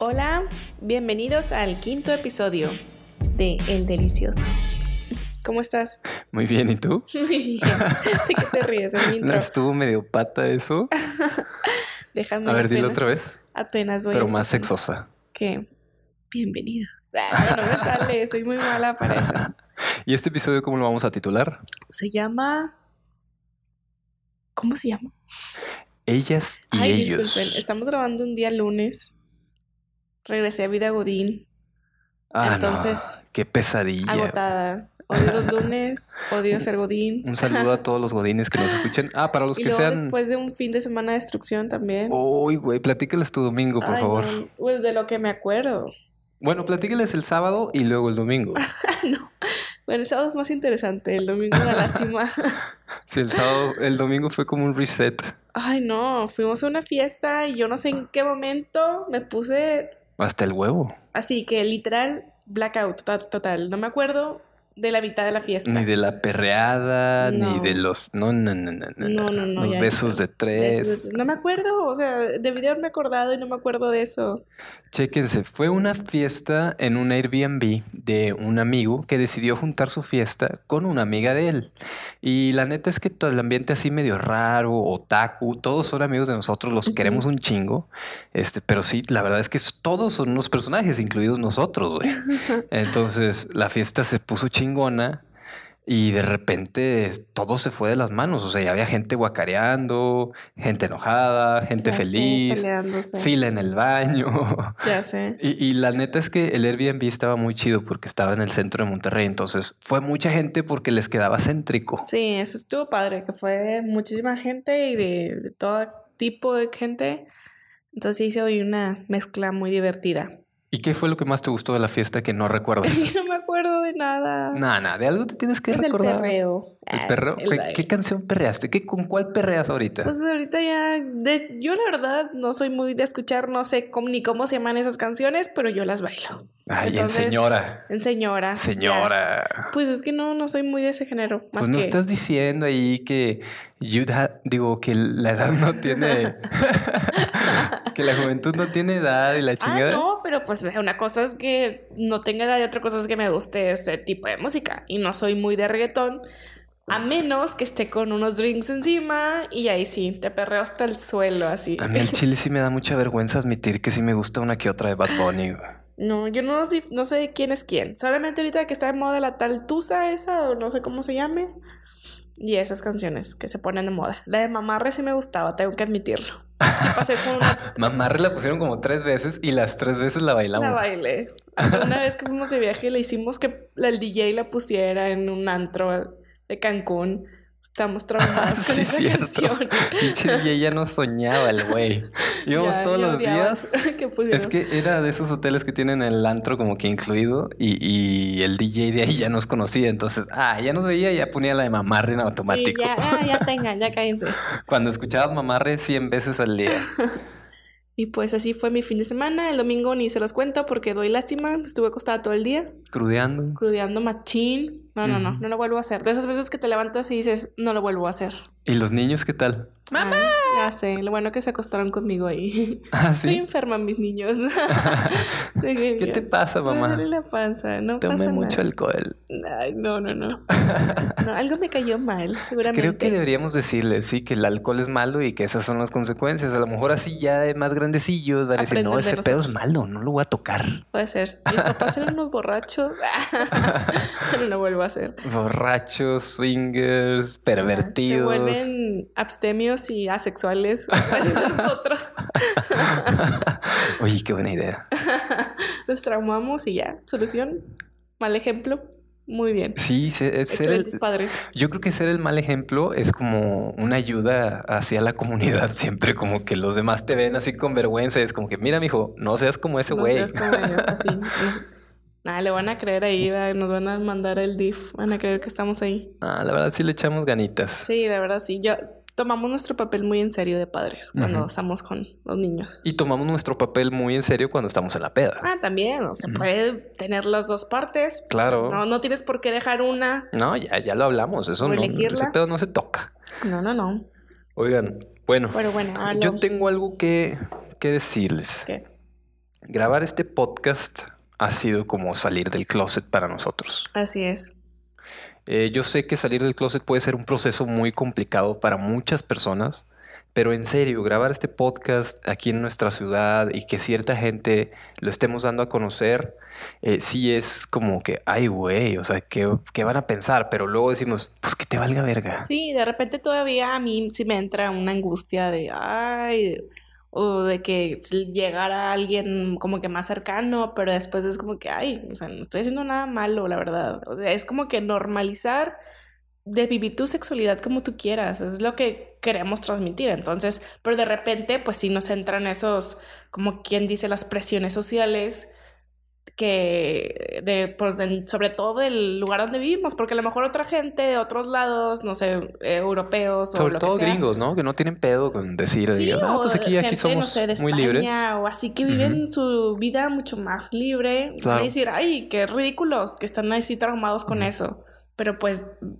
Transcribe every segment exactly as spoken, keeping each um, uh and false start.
Hola, bienvenidos al quinto episodio de El Delicioso. ¿Cómo estás? Muy bien, ¿y tú? Muy bien. ¿De qué te ríes? Es mi intro. ¿No estuvo medio pata eso? Déjame A ver, dilo apenas- otra vez. Apenas voy Pero más empezando. sexosa. ¿Qué? Bienvenidos. Ah, no me sale, soy muy mala para eso. ¿Y este episodio cómo lo vamos a titular? Se llama... ¿Cómo se llama? Ellas y Ay, ellos. disculpen, estamos grabando un día lunes. Regresé a Vida Godín, Ah, entonces, no. Qué pesadilla. agotada. Odio los lunes, odio ser Godín. Un saludo a todos los godines que nos escuchen. Ah, para los Y que luego sean... después de un fin de semana de destrucción también. Uy, güey, platícales tu domingo, por Ay, favor. no, pues de lo que me acuerdo. Bueno, platícales el sábado y luego el domingo. No. Bueno, el sábado es más interesante, el domingo una lástima. Sí, el sábado, el domingo fue como un reset. Ay, no, fuimos a una fiesta y yo no sé en qué momento me puse Hasta el huevo. así que literal blackout total, total. No me acuerdo de la mitad de la fiesta. Ni de la perreada, No. ni de los... No, no, no, no, no. No, no, no, Los ya besos ni- de tres. Besos de- No me acuerdo, o sea, debí de haberme acordado y no me acuerdo de eso. Chéquense, fue una fiesta en un Airbnb de un amigo que decidió juntar su fiesta con una amiga de él. Y la neta es que todo el ambiente así medio raro, otaku, todos son amigos de nosotros, los Ujú. queremos un chingo. Este, pero sí, la verdad es que s- todos son unos personajes, incluidos nosotros, güey. Entonces, la fiesta se puso chingona. Y de repente todo se fue de las manos. O sea, ya había gente guacareando, gente enojada, gente Ya sé, feliz, peleándose. fila en el baño. Ya sé. Y, y la neta es que el Airbnb estaba muy chido porque estaba en el centro de Monterrey. Entonces fue mucha gente porque les quedaba céntrico. Sí, eso estuvo padre, que fue muchísima gente y de, de todo tipo de gente. Entonces sí se oye una mezcla muy divertida. ¿Y qué fue lo que más te gustó de la fiesta que no recuerdas? Yo no me acuerdo de nada. Nada, nada, de algo te tienes que Pues el recordar. perreo. ¿El Ah, perreo? el ¿Qué, baile. qué canción perreaste? ¿Qué, ¿Con cuál perreas ahorita? Pues ahorita ya, de- yo la verdad no soy muy de escuchar, no sé cómo, ni cómo se llaman esas canciones, pero yo las bailo. Ay, en entonces, señora. En señora. ya. Señora. Pues es que no, no soy muy de ese género, más Pues no que... estás diciendo ahí que you'd ha- digo que la edad no tiene que la juventud no tiene edad y la Ah, chingada. no, pero pues una cosa es que no tenga edad y otra cosa es que me guste este tipo de música. Y no soy muy de reggaetón, a menos que esté con unos drinks encima y ahí sí, te perreo hasta el suelo así. A mí el chile sí me da mucha vergüenza admitir que sí me gusta una que otra de Bad Bunny, güey. No, yo no, sé- no sé de quién es quién. Solamente ahorita que está de moda la tal Tusa esa, o no sé cómo se llame. Y esas canciones que se ponen de moda. La de Mamarre sí me gustaba, tengo que admitirlo. Sí pasé por una... Mamarre la pusieron como tres veces y las tres veces la bailamos. La bailé. Hasta una vez que fuimos de viaje le hicimos que la- el D J la pusiera en un antro de Cancún. Estamos traumados con Sí, esa cierto. canción. Pinche D J ya no soñaba el güey. Íbamos Ya, todos ya los odiaba días. que pusieron. Es que era de esos hoteles que tienen el antro como que incluido y, y el D J de ahí ya nos conocía. Entonces, ah, ya nos veía y ya ponía la de Mamarre en Sí, automático. ya, ah, ya tengan, ya cállense. Cuando escuchabas Mamarre cien veces al día. Y pues así fue mi fin de semana. El domingo ni se los cuento porque doy lástima. Estuve acostada todo el día, Crudeando. crudeando machín. No, no, no, Ujú. no lo vuelvo a hacer. De esas veces que te levantas y dices, no lo vuelvo a hacer. ¿Y los niños qué tal? ¡Mamá! Ya sé, lo bueno que se acostaron conmigo ahí. ¿Ah, Estoy sí? enferma, mis niños. ¿Qué te pasa, Me mamá? duele la panza, no Tomé pasa mucho nada. alcohol. Ay, no, no, no. No, algo me cayó mal, seguramente. Creo que deberíamos decirles, sí, que el alcohol es malo y que esas son las consecuencias. A lo mejor así ya de más grandecillos van a decir, Aprenden no, de ese pedo es nosotros. malo, no lo voy a tocar. Puede ser. Mis papás eran unos borrachos. Pero no vuelvo a hacer. Borrachos, swingers, Se pervertidos. vuelven abstemios y asexuales. Gracias a nosotros. Oye, qué buena idea. Los traumamos y ya. Solución. Mal ejemplo. Muy bien. Sí, se- es ser el- Excelentes padres. yo creo que ser el mal ejemplo es como una ayuda hacia la comunidad siempre, como que los demás te ven así con vergüenza y es como que, mira, mijo, no seas como ese No güey. seas como yo, así. Nada, le van a creer ahí, ¿verdad? Nos van a mandar el D I F. Van a creer que estamos ahí. Ah, la verdad sí le echamos ganitas. Sí, de verdad, sí. Yo tomamos nuestro papel muy en serio de padres cuando Ujú. estamos con los niños. Y tomamos nuestro papel muy en serio cuando estamos en la peda. Ah, también, o se Ujú. puede tener las dos partes. Claro. O sea, no, no tienes por qué dejar una. No, ya, ya lo hablamos. Eso O no, elegirla. ese pedo no se toca. No, no, no. Oigan, bueno, Pero bueno, hablo. yo tengo algo que, que decirles. ¿Qué? grabar este podcast ha sido como salir del closet para nosotros. Así es. Eh, yo sé que salir del closet puede ser un proceso muy complicado para muchas personas, pero en serio, grabar este podcast aquí en nuestra ciudad y que cierta gente lo estemos dando a conocer, eh, sí es como que, ay, güey, o sea, ¿qué, ¿qué van a pensar? Pero luego decimos, pues que te valga verga. Sí, de repente todavía a mí sí me entra una angustia de, ay, o de que llegara alguien como que más cercano, pero después es como que, ay, o sea, no estoy haciendo nada malo, la verdad. O sea, es como que normalizar de vivir tu sexualidad como tú quieras, es lo que queremos transmitir. Entonces, pero de repente, pues sí nos entran esos, como quien dice, las presiones sociales que de, pues, de, sobre todo del lugar donde vivimos, porque a lo mejor otra gente de otros lados, no sé, eh, europeos o Sobre lo todo que sea. gringos, ¿no? Que no tienen pedo con decir, Sí, digan, ah, o pues aquí, gente, aquí somos no sé, de muy España, libres. o así que viven Ujú. su vida mucho más libre. Van a Claro. decir, ay, qué ridículos, que están así traumados con Ujú. eso. Pero pues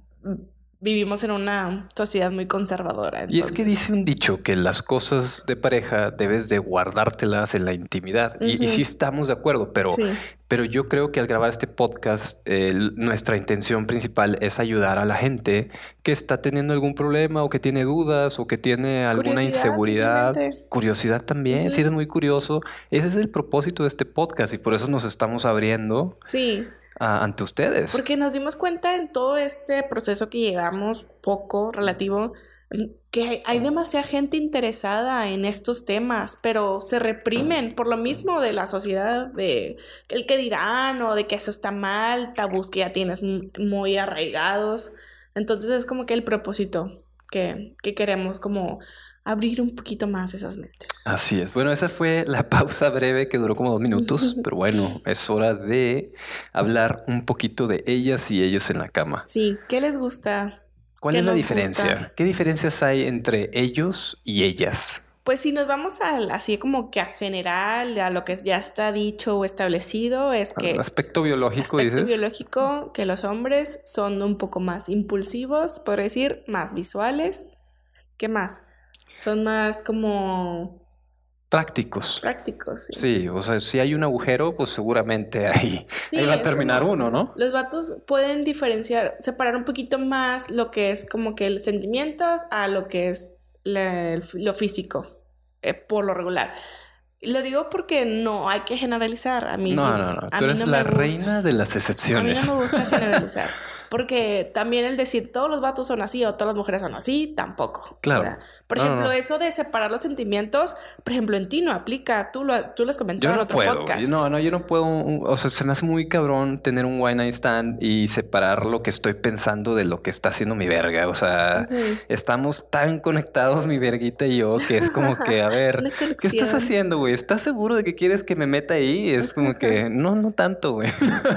vivimos en una sociedad muy conservadora. Y es que entonces. dice un dicho que las cosas de pareja debes de guardártelas en la intimidad. Y, y sí Ujú. estamos de acuerdo, pero, Sí, pero yo creo que al grabar este podcast, eh, l- nuestra intención principal es ayudar a la gente que está teniendo algún problema o que tiene dudas o que tiene alguna curiosidad inseguridad. simplemente. Curiosidad también, si Ujú. eres muy curioso. Ese es el propósito de este podcast y por eso nos estamos abriendo Sí, ah, ante ustedes. porque nos dimos cuenta en todo este proceso que llevamos, poco relativo, que hay, hay demasiada gente interesada en estos temas, pero se reprimen por lo mismo de la sociedad, de el que dirán o de que eso está mal, tabús que ya tienes m- muy arraigados. Entonces es como que el propósito que, que queremos como abrir un poquito más esas mentes. Así es. Bueno, esa fue la pausa breve que duró como dos minutos, pero bueno, es hora de hablar un poquito de ellas y ellos en la cama. Sí, ¿qué les gusta? ¿Cuál ¿Qué es la nos diferencia? gusta? ¿Qué diferencias hay entre ellos y ellas? Pues si nos vamos al- así como que a general, a lo que ya está dicho o establecido, es Al que aspecto biológico, aspecto dices. biológico, que los hombres son un poco más impulsivos, por decir, más visuales. ¿Qué más? Son más como Prácticos. prácticos, sí. Sí, o sea, si hay un agujero, pues seguramente ahí, Sí, ahí va a es terminar como- uno, ¿no? Los vatos pueden diferenciar, separar un poquito más lo que es como que los sentimientos a lo que es la- el- lo físico, eh, por lo regular. Y lo digo porque no hay que generalizar. A mí No, no, no. a Tú mí eres no la me gusta. reina de las A mí excepciones. no me gusta generalizar. Porque también el decir todos los vatos son así o todas las mujeres son así, tampoco. Claro. ¿Verdad? Por No, no, ejemplo, no. eso de separar los sentimientos, por ejemplo, en ti no aplica. Tú lo, tú lo has comentado Yo en no otro puedo, podcast. güey. No, no, yo no puedo. un- O sea, se me hace muy cabrón tener un one night stand y separar lo que estoy pensando de lo que está haciendo mi verga. O sea, Ujú. estamos tan conectados, mi verguita y yo, que es como que, a ver, Una ¿qué estás conexión. haciendo, güey? ¿Estás seguro de que quieres que me meta ahí? Es como que, no, no tanto, güey.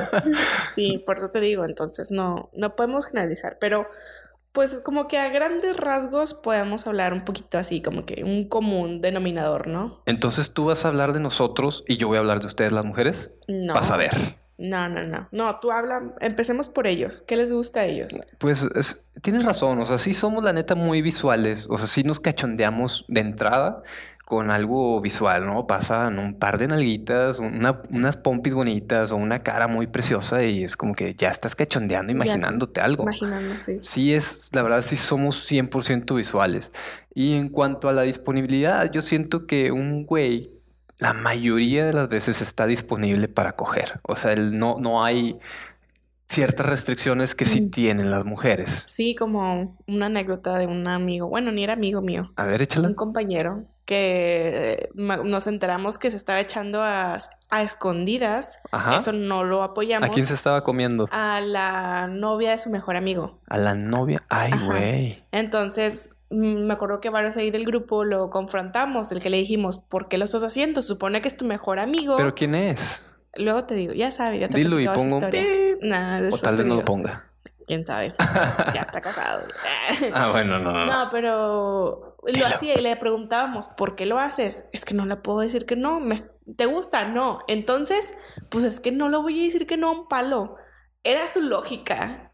Sí, por eso te digo, entonces no, no podemos generalizar, pero pues como que a grandes rasgos podemos hablar un poquito así, como que un común denominador, ¿no? Entonces tú vas a hablar de nosotros y yo voy a hablar de ustedes, las mujeres. No. Vas a ver. No, no, no. No, tú habla, empecemos por ellos. ¿Qué les gusta a ellos? Pues es- tienes razón, o sea, sí somos la neta muy visuales, o sea, sí nos cachondeamos de entrada con algo visual, ¿no? Pasan un par de nalguitas, una- unas pompis bonitas o una cara muy preciosa y es como que ya estás cachondeando, Ya, imaginándote algo. Imaginando, sí. Sí es, la verdad, sí somos cien por ciento visuales. Y en cuanto a la disponibilidad, yo siento que un güey, la mayoría de las veces está disponible para coger. O sea, el- no, no hay ciertas restricciones que sí Mm. tienen las mujeres. Sí, como una anécdota de un amigo, bueno, ni era amigo mío, A ver, échala. un compañero que eh, ma- nos enteramos que se estaba echando a, a escondidas. Ajá. Eso no lo ¿A apoyamos. quién se estaba comiendo? A la novia de su mejor amigo. A la novia. Ay, Ajá. güey. Entonces, mm, me acuerdo que varios ahí del grupo lo confrontamos, el que le dijimos, ¿por qué lo estás haciendo? Se supone que es tu mejor amigo. ¿Pero quién es? Luego te digo, ya sabes, ya te Dilo conté y toda esa pongo un historia. pip. Nah, O después tal te vez no digo. lo ponga. Quién sabe. Ya está casado. Ah, bueno, no, no. no. No, pero lo Dilo. hacía y le preguntábamos, ¿por qué lo haces? Es que no le puedo decir que no. Me- ¿Te gusta? No. Entonces, pues es que no le voy a decir que no a un palo. Era su lógica.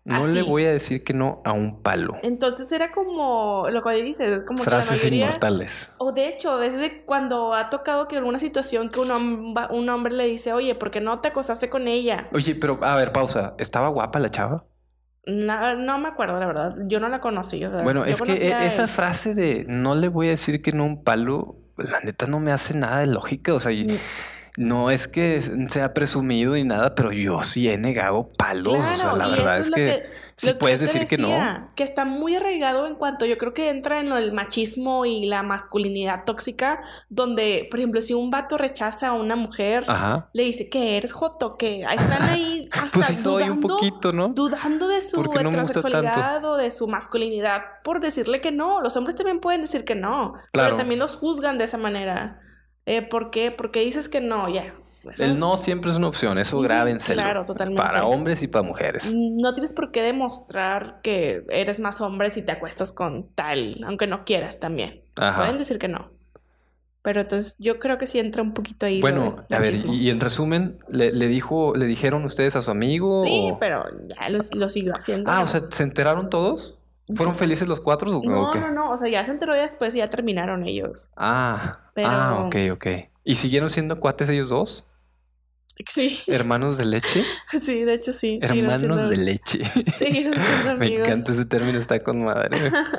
No Así. le voy a decir que no a un palo. Entonces era como lo que dices, es como Frases que la mayoría, inmortales. o de hecho, a veces cuando ha tocado que alguna situación que un, hom- un hombre le dice, oye, ¿por qué no te acostaste con ella? Oye, pero a ver, pausa. ¿Estaba guapa la chava? No, no me acuerdo, la verdad. Yo no la conocí. O sea, Bueno, yo es que conocí e- a esa él. frase de no le voy a decir que no a un palo, la neta no me hace nada de lógica. O sea, y- Mm, no es que sea presumido ni nada, pero yo sí he negado palos. O sea, Claro, la y verdad eso es es lo que que, sí lo que yo puedes te decir que no. decía, que está muy arraigado en cuanto yo creo que entra en lo del machismo y la masculinidad tóxica, donde, por ejemplo, si un vato rechaza a una mujer, Ajá. le dice que eres joto, que ahí están ahí hasta Pues sí soy un dudando, poquito, ¿no? dudando de su Porque no me gusta tanto. heterosexualidad o de su masculinidad por decirle que no. Los hombres también pueden decir que no, pero Claro. también los juzgan de esa manera. Eh, ¿por qué? Porque dices que no, ya. Eso- El no siempre es una opción, eso Ujú, grábenselo. claro, totalmente. Para hombres y para mujeres. No tienes por qué demostrar que eres más hombre si te acuestas con tal, aunque no quieras también. Ajá. Pueden decir que no. Pero entonces yo creo que sí entra un poquito ahí lo Bueno, del a ver, machismo. y, y en resumen, ¿le, le dijo, le dijeron ustedes a su amigo? Sí, o- pero ya lo, lo siguió haciendo. Ah, o ¿no? sea, ¿se enteraron todos? ¿Fueron felices los cuatro o o No, qué? no, no. O sea, ya se enteró y después ya terminaron ellos. Ah, Pero- ah, ok, ok. ¿Y siguieron siendo cuates ellos dos? Sí. ¿Hermanos de leche? Sí, de hecho sí. siguieron Hermanos siendo- de leche. Siguieron siendo Me amigos. encanta ese término, está con madre.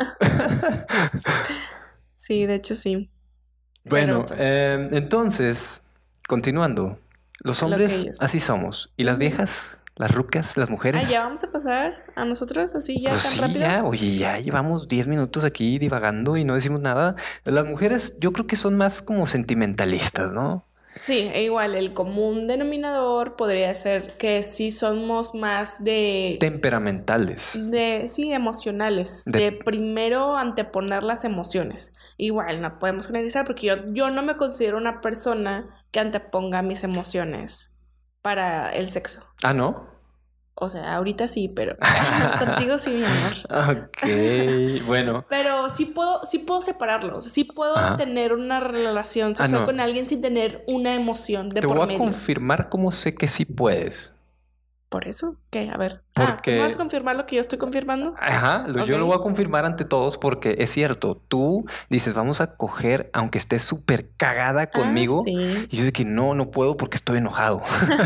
Sí, de hecho sí. Bueno, Pero, pues, eh, entonces, continuando. Los Lo que hombres ellos. así somos. ¿Y las Ujú. viejas? ¿Las rucas? ¿Las mujeres? Ah, ya vamos a pasar a nosotros así ya Pues tan sí, rápido. ya, oye, ya llevamos diez minutos aquí divagando y no decimos nada. Las mujeres yo creo que son más como sentimentalistas, ¿no? Sí, e igual el común denominador podría ser que sí somos más de, Temperamentales. de sí, emocionales, De- de primero anteponer las emociones. Igual no podemos generalizar porque yo, yo no me considero una persona que anteponga mis emociones para el sexo. Ah, ¿no? O sea, ahorita sí, pero contigo sí, mi amor. Ok, bueno. Pero sí puedo, sí puedo separarlo. O sea, sí puedo Ajá. tener una relación sexual no. con alguien sin tener una emoción de Te por voy a medio. confirmar cómo sé que sí puedes. ¿Por eso? ¿Qué? A ver. Ah, ¿tú Porque- me vas a confirmar lo que yo estoy confirmando? Ajá, lo- yo Ok. lo voy a confirmar ante todos porque es cierto, tú dices, vamos a coger aunque estés súper cagada conmigo. Ah, sí. Y yo sé que no, no puedo porque estoy enojado.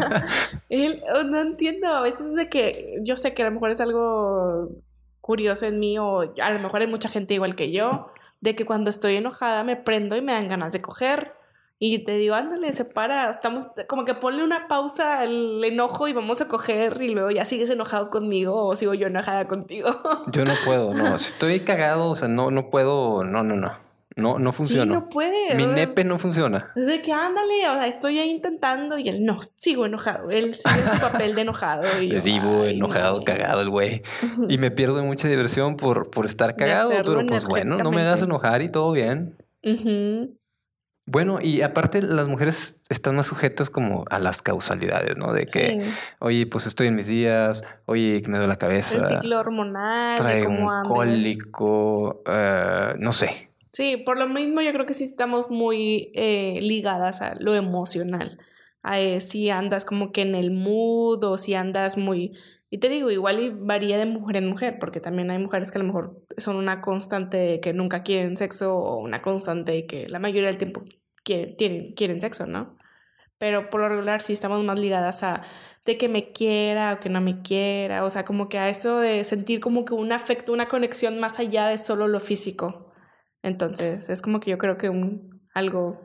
Él- oh, no entiendo. A veces es de que yo sé que a lo mejor es algo curioso en mí o a lo mejor hay mucha gente igual que yo, de que cuando estoy enojada me prendo y me dan ganas de coger. Y te digo, ándale, separa, estamos como que ponle una pausa al enojo y vamos a coger y luego ya sigues enojado conmigo o sigo yo enojada contigo. Yo no puedo, no. Si estoy cagado, o sea, no, no puedo, no, no, no. No, no Sí, funciona. no puede. Mi o sea, nepe no funciona. es de que ándale, o sea, estoy ahí intentando y él no, sigo enojado. Él sigue en su papel de enojado. Y Le yo, digo, ay, enojado, no. cagado el güey. Y me pierdo mucha diversión por, por estar De cagado, hacerlo pero pues bueno, no me hagas energéticamente. enojar y todo bien. Ujú. Bueno, y aparte las mujeres están más sujetas como a las causalidades, ¿no? De que, Sí, oye, pues estoy en mis días, oye, que me duele la cabeza, el ciclo hormonal, de traigo cómo un andes. cólico, eh, no sé. Sí, por lo mismo yo creo que sí estamos muy eh, ligadas a lo emocional. A eh, si andas como que en el mood o si andas muy... Y te digo, igual y varía de mujer en mujer, porque también hay mujeres que a lo mejor son una constante de que nunca quieren sexo o una constante de que la mayoría del tiempo quieren, tienen, quieren sexo, ¿no? Pero por lo regular sí estamos más ligadas a de que me quiera o que no me quiera, o sea, como que a eso de sentir como que un afecto, una conexión más allá de solo lo físico. Entonces, es como que yo creo que un, algo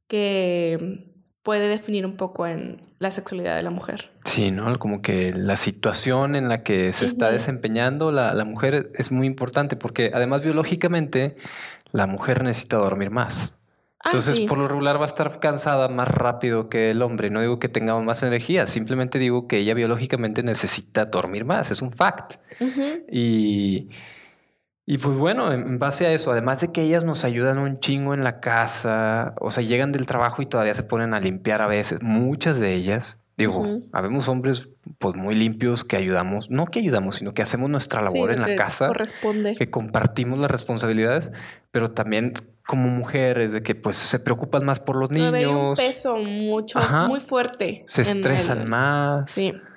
que puede definir un poco en la sexualidad de la mujer. Sí, ¿no? Como que la situación en la que se está Ujú. desempeñando la, la mujer es muy importante porque además biológicamente la mujer necesita dormir más. Ah, Entonces, sí. por lo regular va a estar cansada más rápido que el hombre. No digo que tengamos más energía, simplemente digo que ella biológicamente necesita dormir más. Es un fact. Ujú. Y, y pues bueno, en base a eso, además de que ellas nos ayudan un chingo en la casa, o sea, llegan del trabajo y todavía se ponen a limpiar a veces, muchas de ellas. Digo, Ujú. habemos hombres pues muy limpios que ayudamos, no que ayudamos, sino que hacemos nuestra Sí, labor lo en la que casa, corresponde. que compartimos las responsabilidades, pero también como mujeres de que pues se preocupan más por los Todavía hay un niños, peso mucho, Ajá. muy fuerte. se en estresan el- más. Sí.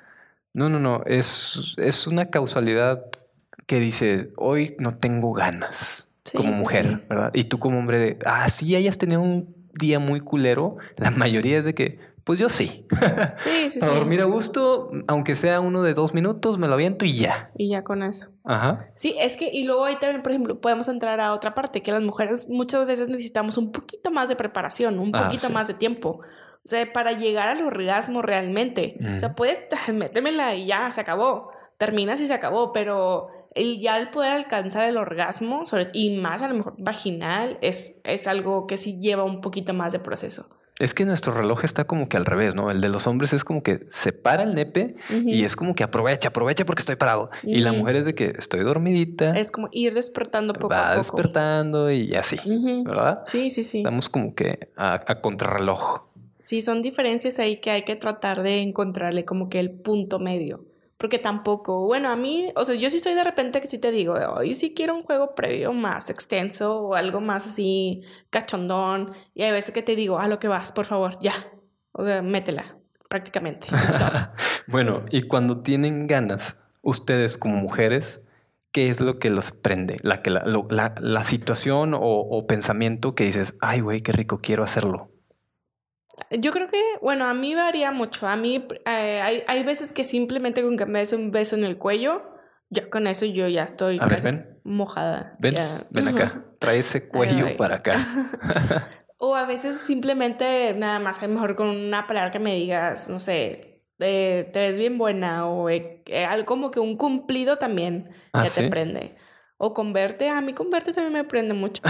No, no, no. Es, es una causalidad que dice, hoy no tengo ganas Sí, como sí, mujer, sí. ¿verdad? Y tú como hombre, de, ah, sí, hayas tenido un día muy culero. La mayoría es de que, pues yo sí. Sí, sí, Para sí. dormir a gusto, aunque sea uno de dos minutos, me lo aviento y ya. Y ya con eso. Ajá. Sí, es que, y luego ahí también, por ejemplo, podemos entrar a otra parte, que las mujeres muchas veces necesitamos un poquito más de preparación, un Ah, poquito sí. más de tiempo. O sea, para llegar al orgasmo realmente. Mm. O sea, puedes, métemela y ya, se acabó. Terminas y se acabó, pero el, ya el poder alcanzar el orgasmo, sobre, y más a lo mejor vaginal, es, es algo que sí lleva un poquito más de proceso. Es que nuestro reloj está como que al revés, ¿no? El de los hombres es como que se para el nepe Ujú. y es como que aprovecha, aprovecha porque estoy parado. Y la Ujú. mujer es de que estoy dormidita, Es como ir despertando poco va a poco. despertando y así, Ujú. ¿verdad? Sí, sí, sí. Estamos como que a, a contrarreloj. Sí, son diferencias ahí que hay que tratar de encontrarle como que el punto medio. Porque tampoco, bueno, a mí, o sea, yo sí estoy de repente que sí te digo, hoy sí quiero un juego previo más extenso o algo más así cachondón. Y hay veces que te digo, a lo que vas, por favor, ya. O sea, métela, prácticamente. y todo. Bueno, y cuando tienen ganas, ustedes como mujeres, ¿qué es lo que los prende? La, que la, lo- la, la situación o, o pensamiento que dices, ay, güey, qué rico, quiero hacerlo. Yo creo que, bueno, a mí varía mucho. A mí eh, hay, hay veces que simplemente con que me des un beso en el cuello, ya con eso yo ya estoy A ver, casi ven. mojada. Ven, ya. ven acá. Trae ese Ahí cuello voy. para acá. O a veces simplemente nada más, a lo mejor con una palabra que me digas, no sé, eh, te ves bien buena o eh, eh, algo como que un cumplido también ¿Ah, ya te sí? prende. O con verte, a mí con verte también me prende mucho.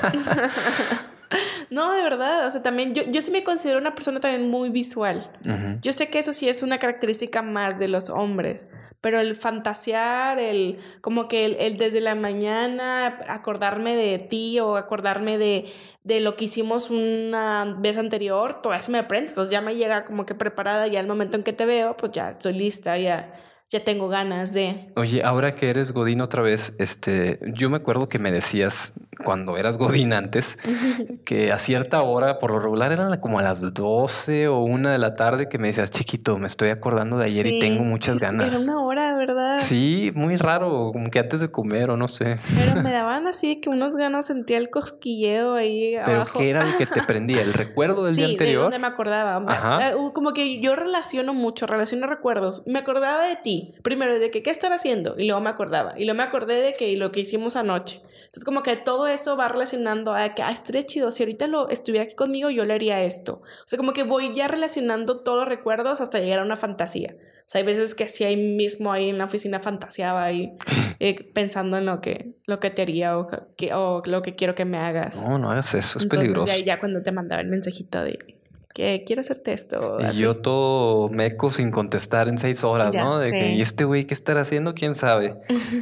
No, de verdad, o sea, también yo, yo sí me considero una persona también muy visual. Ujú. Yo sé que eso sí es una característica más de los hombres, pero el fantasear, el como que el, el desde la mañana acordarme de ti o acordarme de, de lo que hicimos una vez anterior, todo eso me prende, entonces ya me llega como que preparada, ya el momento en que te veo, pues ya estoy lista, ya, ya tengo ganas de... Oye, ahora que eres Godín otra vez, este, yo me acuerdo que me decías cuando eras Godín antes que a cierta hora, por lo regular eran como a las doce o una de la tarde, que me decías, chiquito, me estoy acordando de ayer y tengo Sí, muchas es- era ganas. una hora, ¿verdad? Sí, muy raro, como que antes de comer o no sé. Pero me daban así que unas ganas, sentía el cosquilleo ahí Pero abajo. ¿qué era lo que te prendía? ¿El recuerdo del día Sí, de anterior? donde me acordaba. Me- Ajá. eh, como que yo relaciono mucho, relaciono recuerdos. Me acordaba de ti, primero de que qué estar haciendo, y luego me acordaba. Y luego me acordé de que lo que hicimos anoche. Entonces como que todo eso va relacionando a que, ah, estaría chido, si ahorita lo estuviera aquí conmigo, yo le haría esto. O sea, como que voy ya relacionando todos los recuerdos hasta llegar a una fantasía. O sea, hay veces que sí ahí mismo, ahí en la oficina fantaseaba ahí, eh, pensando en lo que, lo que te haría o, que, o lo que quiero que me hagas. No, no hagas eso, es Entonces peligroso. ya, ya cuando te mandaba el mensajito de que quiero hacerte esto, Y así. yo todo meco sin contestar en seis horas, Ya ¿no? De que, sé. ¿y este güey qué estará haciendo? ¿Quién sabe?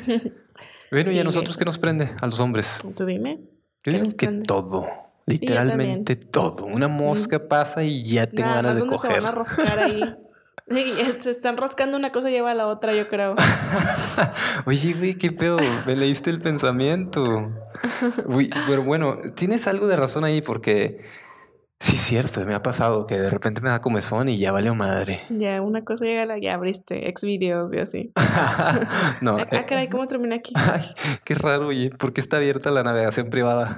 Bueno, ¿y a Sí, nosotros qué nos prende? A los hombres. tú dime. Yo ¿Qué digo nos que prende? todo. Sí, yo Literalmente todo. Una mosca pasa y ya tengo Nada ganas más de donde se coger. van a rascar ahí. Sí, se están rascando una cosa lleva a la otra, yo creo. Oye, güey, qué pedo. Me leíste el pensamiento. Uy, pero bueno, tienes algo de razón ahí porque sí es cierto, me ha pasado que de repente me da comezón y ya valió madre. Ya una cosa llega a la ya abriste ex videos y así. No, Ah, eh, caray, ¿cómo termina aquí? ay, qué raro, oye, ¿por qué está abierta la navegación privada?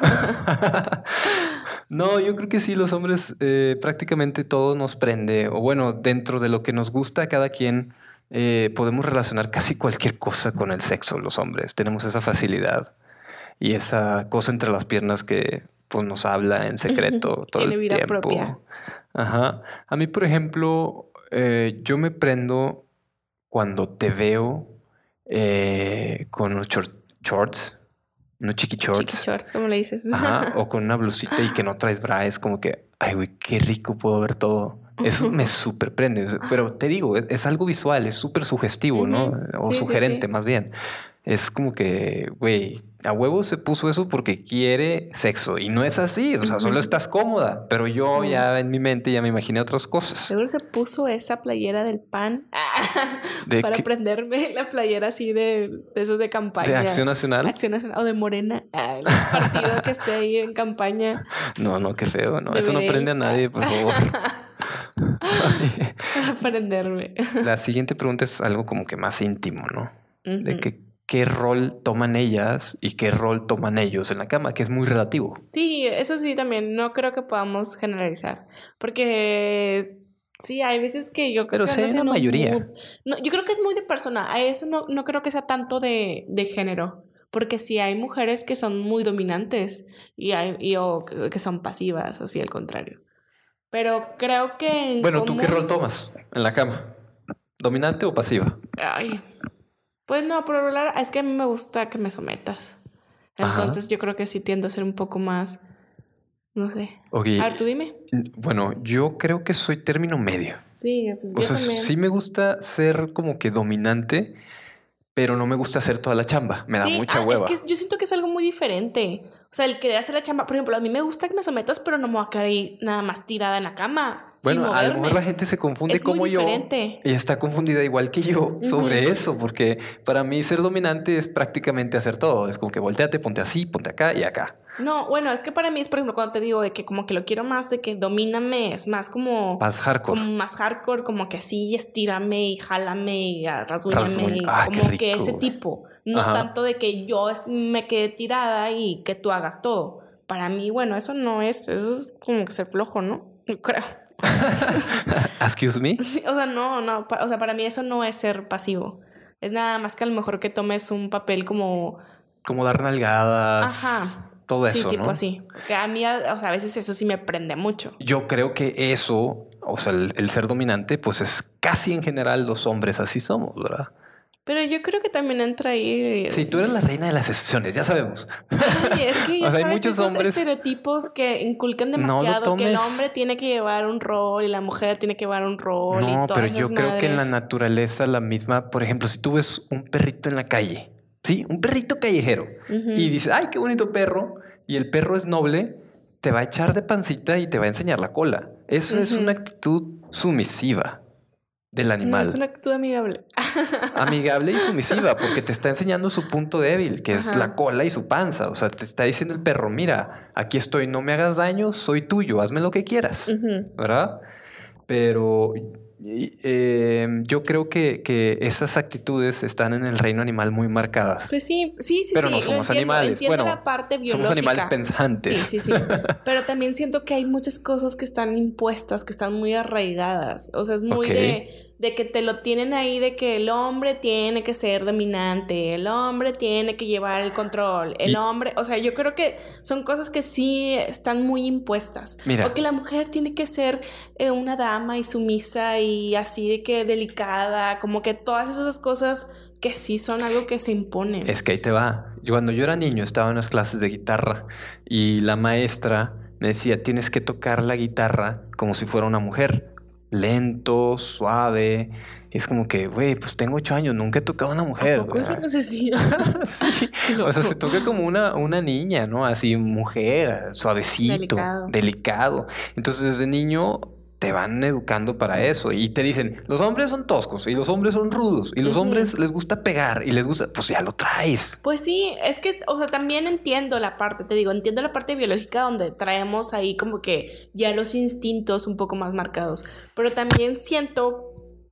No, yo creo que sí, los hombres eh, prácticamente todo nos prende, o bueno, dentro de lo que nos gusta a cada quien, eh, podemos relacionar casi cualquier cosa con el sexo, los hombres. Tenemos esa facilidad y esa cosa entre las piernas que pues, nos habla en secreto todo Tiene el vida tiempo. propia. Ajá. A mí, por ejemplo, eh, yo me prendo cuando te veo eh, con unos short- shorts, unos chiqui Chiqui shorts. shorts, ¿cómo le dices? Ajá, o con una blusita y que no traes bra, es como que, ay, güey, qué rico puedo ver todo. Eso me súper prende. Pero te digo, es, es algo visual, es súper sugestivo, ¿no? Ujú. O Sí, sí, sugerente, sí. más bien. Es como que, güey, a huevo se puso eso porque quiere sexo. Y no es así, o sea, solo estás cómoda. Pero yo Sí. ya en mi mente ya me imaginé otras cosas. Seguro se puso esa playera del pan ¿De para qué? prenderme la playera así de, de esos de campaña. ¿De Acción Nacional? Acción Nacional. O de Morena. Ah, el partido que esté ahí en campaña. No, no, qué feo, no. De Eso no Verey. prende a nadie, por favor. Para aprenderme. La siguiente pregunta es algo como que más íntimo, ¿no? Uh-huh. De que qué rol toman ellas y qué rol toman ellos en la cama, que es muy relativo. Sí, eso sí también. No creo que podamos generalizar. Porque sí, hay veces que yo creo Pero que sí hay andas una en un mayoría. mood. No, yo creo que es muy de persona. A eso no, no creo que sea tanto de, de género. Porque sí hay mujeres que son muy dominantes y hay y, o que que son pasivas, así al contrario. Pero creo que en Bueno, ¿tú qué común- rol tomas en la cama? ¿Dominante o pasiva? Ay, pues no, por lo regular es que a mí me gusta que me sometas. Entonces Ajá. yo creo que sí tiendo a ser un poco más, no sé. Ok. A ver, tú dime. Bueno, yo creo que soy término medio. Sí, pues O yo sea, también. sí me gusta ser como que dominante, pero no me gusta hacer toda la chamba. Me da Sí, mucha ah, es hueva. que yo siento que es algo muy diferente. O sea, el querer hacer la chamba, por ejemplo, a mí me gusta que me sometas, pero no me voy a quedar ahí nada más tirada en la cama. Sin Bueno, a lo moverme. mejor la gente se confunde Es muy como yo diferente. y está confundida igual que yo sobre Ujú. eso, porque para mí ser dominante es prácticamente hacer todo. Es como que volteate, ponte así, ponte acá y acá. No, bueno, es que para mí es, por ejemplo, cuando te digo de que como que lo quiero más, de que domíname, es más como, Más hardcore. como más hardcore, como que así, estírame y jálame y ah, rasguñame, Rasguñ- y ah, qué como rico, que ese güey. tipo. No Ajá. tanto de que yo es- me quede tirada y que tú hagas todo. Para mí, bueno, eso no es, eso es como que ser flojo, ¿no? Yo creo. Excuse me. Sí, o sea, no, no, pa- o sea, para mí eso no es ser pasivo. Es nada más que a lo mejor que tomes un papel como, Como dar nalgadas. ajá, Todo sí, eso, tipo ¿no? así. Que a mí, a- o sea, a veces eso sí me prende mucho. Yo creo que eso, o sea, el, el ser dominante, pues es casi en general los hombres así somos, ¿verdad? Pero yo creo que también entra ahí. Sí, tú eres la reina de las excepciones, ya sabemos. Ay, es que ya O sea, hay sabes muchos esos hombres- estereotipos que inculcan No lo demasiado, que el tomes- hombre tiene que llevar un rol y la mujer tiene que llevar un rol y No, todas pero yo esas creo que en la madres. naturaleza la misma, por ejemplo, si tú ves un perrito en la calle, ¿sí? Un perrito callejero, Ujú. y dices, ay, qué bonito perro, y el perro es noble, te va a echar de pancita y te va a enseñar la cola. Eso es Ujú. una actitud sumisiva del No, animal. es una actitud amigable. Amigable y sumisiva, porque te está enseñando su punto débil, que es Ajá. la cola y su panza. O sea, te está diciendo el perro, mira, aquí estoy, no me hagas daño, soy tuyo, hazme lo que quieras, Ujú. ¿verdad? Pero y, eh, yo creo que, que esas actitudes están en el reino animal muy marcadas. Pues sí, sí, sí, Pero sí. no lo somos entiendo, animales. Entiendo Bueno, la parte biológica. somos animales pensantes. Sí, sí, sí. Pero también siento que hay muchas cosas que están impuestas, que están muy arraigadas. O sea, es muy Ok. de, de que te lo tienen ahí, de que el hombre tiene que ser dominante, el hombre tiene que llevar el control, el Y- hombre, o sea, yo creo que son cosas que sí están muy impuestas. Mira. O que la mujer tiene que ser eh, una dama y sumisa y así de que delicada, como que todas esas cosas que sí son algo que se imponen. Es que ahí te va. Yo, cuando yo era niño estaba en las clases de guitarra y la maestra me decía, tienes que tocar la guitarra como si fuera una mujer. Lento, suave. Y es como que, güey, pues tengo ocho años, nunca he tocado a una mujer. ¿A poco esa ¿verdad? necesidad? Sí. Qué O sea, loco. se toca como una, una niña, ¿no? Así, mujer, suavecito, Delicado. delicado. Entonces, desde niño te van educando para eso y te dicen, los hombres son toscos y los hombres son rudos y los Ujú. hombres les gusta pegar y les gusta, pues ya lo traes. Pues sí, es que, o sea, también entiendo la parte, te digo, entiendo la parte biológica donde traemos ahí como que ya los instintos un poco más marcados, pero también siento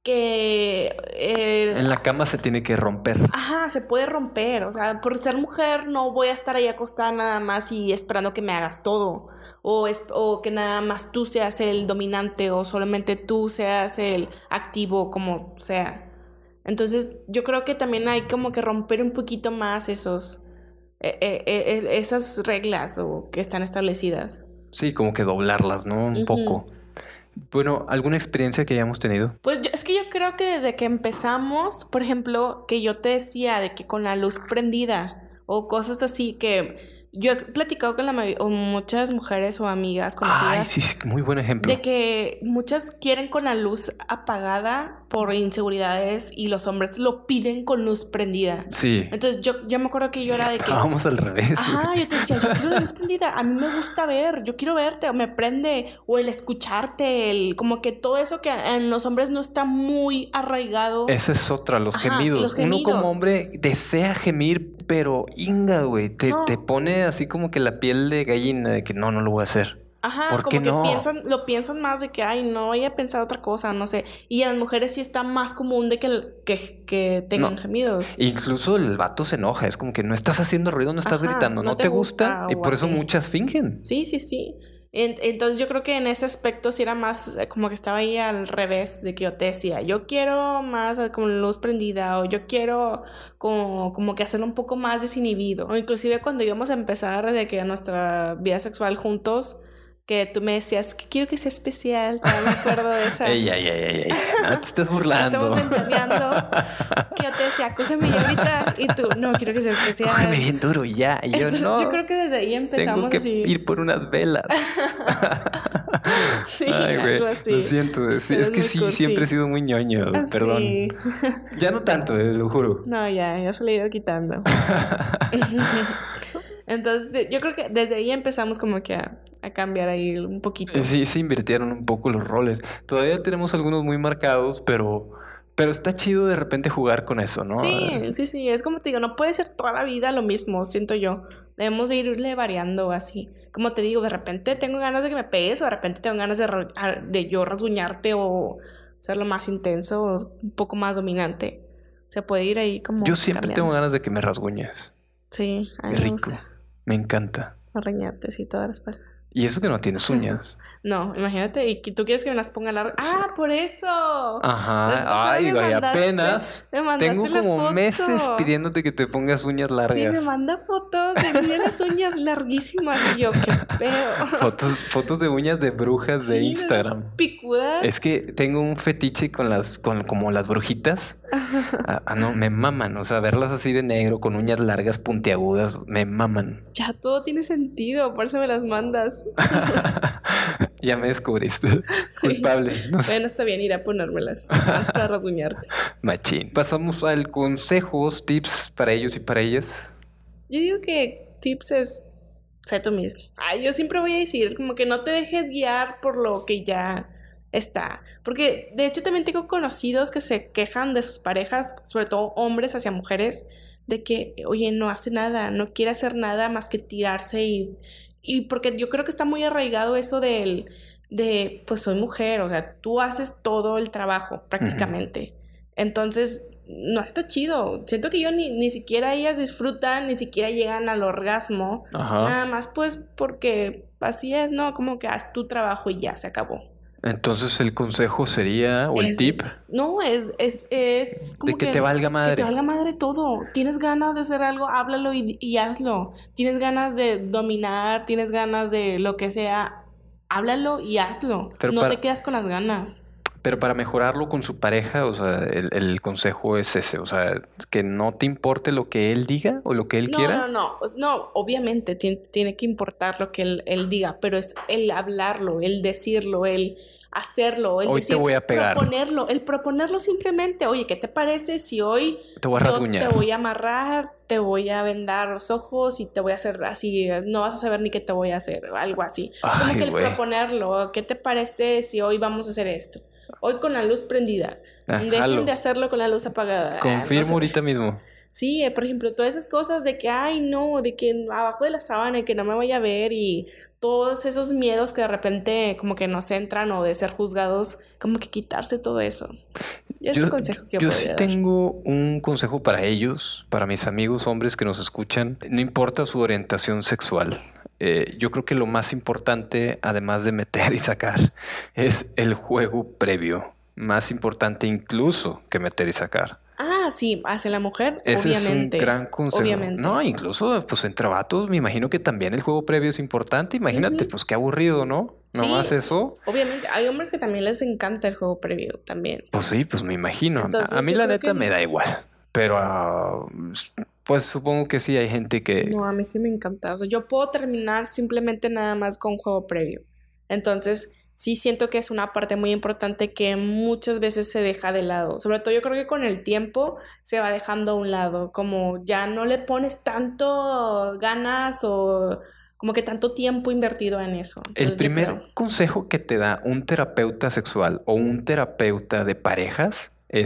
que... eh, En la cama se tiene que romper. Ajá, se puede romper, o sea, por ser mujer no voy a estar ahí acostada nada más y esperando que me hagas todo, o, es, o que nada más tú seas el dominante o solamente tú seas el activo, como sea. Entonces yo creo que también hay como que romper un poquito más esos, eh, eh, eh, esas reglas o que están establecidas. Sí, como que doblarlas, ¿no? Un Ujú. poco. Bueno, ¿alguna experiencia que hayamos tenido? Pues yo- es que yo creo que desde que empezamos, por ejemplo, que yo te decía de que con la luz prendida o cosas así que yo he platicado con la mayo- o muchas mujeres o amigas conocidas Ay, sí, sí, muy buen ejemplo. de que muchas quieren con la luz apagada por inseguridades y los hombres lo piden con luz prendida. Sí. Entonces yo, yo me acuerdo que yo era de que... Vamos al revés. Ajá, yo te decía, yo quiero la luz prendida, a mí me gusta ver, yo quiero verte, o me prende, o el escucharte, el, como que todo eso que en los hombres no está muy arraigado. Esa es otra, los Ajá, gemidos. los Uno como gemidos. hombre desea gemir, pero inga, güey, te, No. te pone así como que la piel de gallina de que no, no lo voy a hacer. Ajá, ¿Por como qué que no? piensan, lo piensan más de que, ay, no voy a pensar otra cosa, no sé. Y a las mujeres sí está más común de que, que, que tengan No. gemidos. Incluso el vato se enoja. Es como que no estás haciendo ruido, no estás Ajá, gritando, no no te te gusta. gusta Y o por eso así. muchas fingen. Sí, sí, sí. En- Entonces yo creo que en ese aspecto sí era más eh, como que estaba ahí al revés de que yo te decía, yo quiero más eh, como luz prendida o yo quiero como, como que hacerlo un poco más desinhibido. O inclusive cuando íbamos a empezar de que nuestra vida sexual juntos, que tú me decías que quiero que sea especial, todavía me acuerdo de esa. Ey, ey, ey, ey, ey. No te estés Estamos burlando. ventaneando. Que yo te decía, cógeme ya ahorita. Y tú, no, quiero que sea especial. Cógeme bien duro y ya. Y yo Entonces no. yo creo que desde ahí Tengo empezamos que así. ir por unas velas. Sí, Ay, güey. algo así. Lo siento. Sí, Eres es que muy sí, cursi. siempre he sido muy ñoño. Ah, Perdón. sí. Ya no tanto, eh, lo juro. No, ya, ya se le he ido quitando. Entonces, de- yo creo que desde ahí empezamos como que a, a cambiar ahí un poquito. Sí, se invirtieron un poco los roles. Todavía tenemos algunos muy marcados, pero, pero está chido de repente jugar con eso, ¿no? Sí, sí, sí, es como te digo, no puede ser toda la vida lo mismo, siento yo. Debemos de irle variando así. Como te digo, de repente tengo ganas de que me pegues o de repente tengo ganas de, ra- a- de yo rasguñarte o hacerlo más intenso o un poco más dominante. Se puede ir ahí como Yo siempre tengo cambiando. ganas de que me rasguñes. Sí, a Qué mí me rico. gusta Me encanta. arreñarte así toda la espalda. Y eso que no tienes uñas. No, imagínate, y que tú quieres que me las ponga largas. ¡Ah, por eso! La vez Ajá. pasada Ay, me güey, mandaste- apenas. me mandaste Tengo la como foto. meses pidiéndote que te pongas uñas largas. Sí, me manda fotos de mí de las uñas larguísimas y yo, qué pedo. Fotos, fotos de uñas de brujas de Sí, Instagram. esas picudas. Es que tengo un fetiche con las, con como las brujitas. Ah, ah, no, me maman. O sea, verlas así de negro con uñas largas, puntiagudas, me maman. Ya todo tiene sentido, por eso me las mandas. Ya me descubriste. Sí. Culpable. No sé. Bueno, está bien, ir a ponérmelas. Es para rasguñarte. Machín. Pasamos al consejos, tips para ellos y para ellas. Yo digo que tips es sé tú mismo. Ay, yo siempre voy a decir, como que no te dejes guiar por lo que ya está. Porque de hecho también tengo conocidos que se quejan de sus parejas, sobre todo hombres hacia mujeres, de que, oye, no hace nada, no quiere hacer nada más que tirarse y, y porque yo creo que está muy arraigado eso del, de, pues soy mujer, o sea, tú haces todo el trabajo prácticamente. Entonces, no está chido. Siento que yo ni, ni siquiera ellas disfrutan, ni siquiera llegan al orgasmo. Ajá. Nada más pues porque así es, ¿no? Como que haz tu trabajo y ya se acabó. Entonces el consejo sería, o el Es- tip, No, es, es, es como de que te valga madre. Que te valga madre todo. Tienes ganas de hacer algo, háblalo y, y hazlo. Tienes ganas de dominar, tienes ganas de lo que sea, háblalo y hazlo. Pero no para- te quedas con las ganas. Pero para mejorarlo con su pareja, o sea, el, el consejo es ese, o sea, que no te importe lo que él diga o lo que él No, quiera. no, no, pues, no, obviamente tiene, tiene que importar lo que él, él diga, pero es el hablarlo, el decirlo, el hacerlo, el Hoy te decir, voy a pegar. proponerlo, el proponerlo simplemente, oye, ¿qué te parece si hoy Te voy a yo rasguñar. te voy a amarrar, te voy a vendar los ojos y te voy a hacer así, no vas a saber ni qué te voy a hacer, algo así. Ay, Como que el güey. proponerlo, ¿qué te parece si hoy vamos a hacer esto? Hoy con la luz prendida. Ah, Dejen jalo. de hacerlo con la luz apagada. Ah, Confirmo no sé. ahorita mismo. Sí, eh, por ejemplo, todas esas cosas de que, ay, no, de que abajo de la sábana y que no me vaya a ver y todos esos miedos que de repente como que nos entran o de ser juzgados, como que quitarse todo eso. Y es Yo, un consejo que yo, yo podría sí dar. tengo un consejo para ellos, para mis amigos hombres que nos escuchan. No importa su orientación sexual. Eh, yo creo que lo más importante, además de meter y sacar, es el juego previo. Más importante incluso que meter y sacar. Ah, sí, hacia la mujer, Ese obviamente. es un gran consejo. Obviamente. No, incluso pues entre vatos me imagino que también el juego previo es importante. Imagínate, Ujú. pues qué aburrido, ¿no? Sí. Nomás eso. Obviamente, hay hombres que también les encanta el juego previo también. Pues sí, pues me imagino. A- Entonces, a mí yo la creo neta que- me da igual. Pero ah, pues supongo que sí hay gente que... No, a mí sí me encanta. O sea, yo puedo terminar simplemente nada más con juego previo. Entonces, sí siento que es una parte muy importante que muchas veces se deja de lado. Sobre todo yo creo que con el tiempo se va dejando a un lado. Como ya no le pones tanto ganas o como que tanto tiempo invertido en eso. Entonces, El yo primer creo- consejo que te da un terapeuta sexual o un terapeuta de parejas es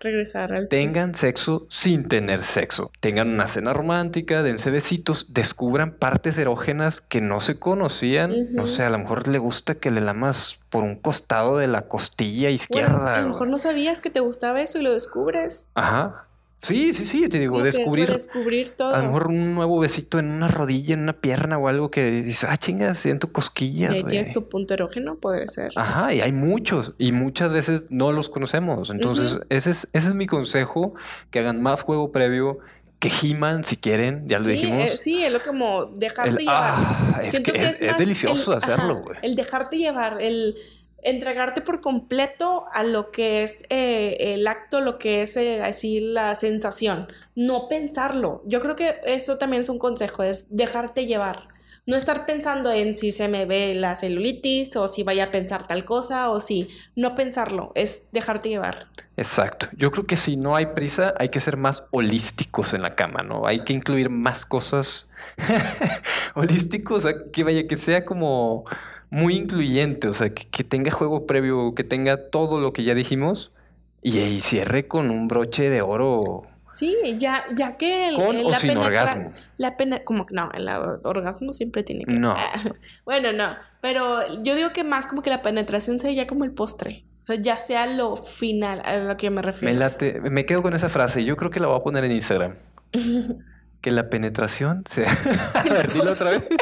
regresar al Tengan sexo sin tener sexo. Tengan una cena romántica, dense besitos, descubran partes erógenas que no se conocían. Ujú. No sé, a lo mejor le gusta que le lamas por un costado de la costilla izquierda. Bueno, a lo güey. mejor no sabías que te gustaba eso y lo descubres. Ajá. Sí, sí, sí, te digo, Como que descubrir. descubrir todo. A lo mejor un nuevo besito en una rodilla, en una pierna o algo que dices, ah, chingas, siento Y cosquillas, ahí güey. tienes tu punto erógeno, podría ser. Ajá, y hay muchos y muchas veces no los conocemos. Entonces, Ujú. ese es, ese es mi consejo, que hagan más juego previo, que giman si quieren, ya lo Sí, dijimos. eh, sí, es lo como dejarte El- llevar. ah, es Siento que que, es- es, es más delicioso el, hacerlo, ajá, güey. el dejarte llevar, el entregarte por completo a lo que es eh, el acto, lo que es eh, así la sensación, no pensarlo. Yo creo que eso también es un consejo, es dejarte llevar. No estar pensando en si se me ve la celulitis o si vaya a pensar tal cosa o si no pensarlo, es dejarte llevar. Exacto. Yo creo que si no hay prisa, hay que ser más holísticos en la cama, ¿no? Hay que incluir más cosas holísticos, o sea, que vaya, que sea como muy incluyente, o sea, que, que tenga juego previo, que tenga todo lo que ya dijimos y, y cierre con un broche de oro. Sí, ya, ya que el, Con el- o la sin penetra- orgasmo. La pena, como que no, el or- orgasmo siempre tiene que. No. Bueno, no, pero yo digo que más como que la penetración sea ya como el postre. O sea, ya sea lo final a lo que yo me Me refiero. late, me quedo con esa frase. Yo creo que la voy a poner en Instagram. Que la penetración sea. A ver, dilo otra vez.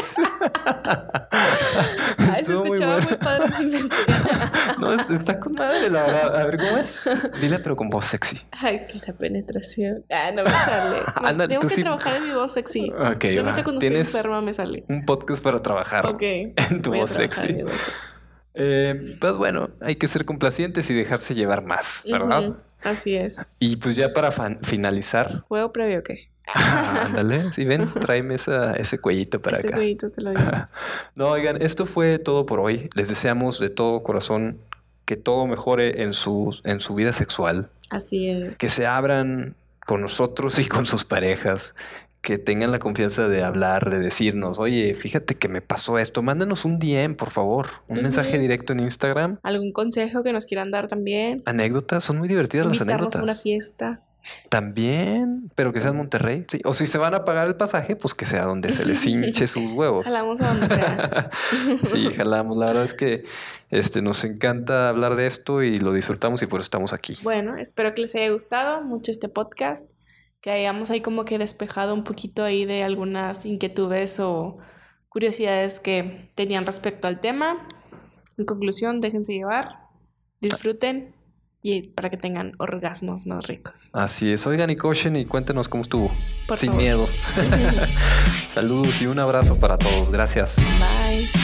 Ay, se Estuvo muy escuchaba muy, bueno. padre en mi mente. No, es- está con madre, la verdad. A ver, ¿cómo es? Dile, pero con voz sexy. Ay, que la penetración. Ah, no me sale. No, Anda, tengo tú que sí- trabajar en mi voz sexy. Ok, Solamente va. cuando estoy Tienes enferma me sale. un podcast para trabajar Ok. en tu voy a voz trabajar sexy. en mi voz sexy. Eh, pues bueno, hay que ser complacientes y dejarse llevar más, ¿verdad? Ujú, así es. Y pues ya para fan- finalizar, ¿Juego previo o qué? ah, ándale, si ven, tráeme esa, ese cuellito para Ese acá. cuellito te lo digo. No, oigan, esto fue todo por hoy. Les deseamos de todo corazón que todo mejore en su, en su vida sexual, Así es. que se abran con nosotros y con sus parejas, que tengan la confianza de hablar, de decirnos, oye, fíjate que me pasó esto. Mándanos un D M, por favor, un Ujú. mensaje directo en Instagram. ¿Algún consejo que nos quieran dar también? Anécdotas, son muy divertidas las Invitarnos a una anécdotas. fiesta. También, pero que sea en Monterrey. Sí. O si se van a pagar el pasaje, pues que sea donde se les hinche sus huevos. Jalamos a donde sea. Sí, jalamos. La verdad es que este, nos encanta hablar de esto y lo disfrutamos y por eso estamos aquí. Bueno, espero que les haya gustado mucho este podcast. Que hayamos ahí como que despejado un poquito ahí de algunas inquietudes o curiosidades que tenían respecto al tema. En conclusión, déjense llevar, disfruten y para que tengan orgasmos más ricos. Así es. Oigan y cochen y cuéntenos cómo estuvo. Por Sin favor. miedo. Saludos y un abrazo para todos. Gracias. Bye.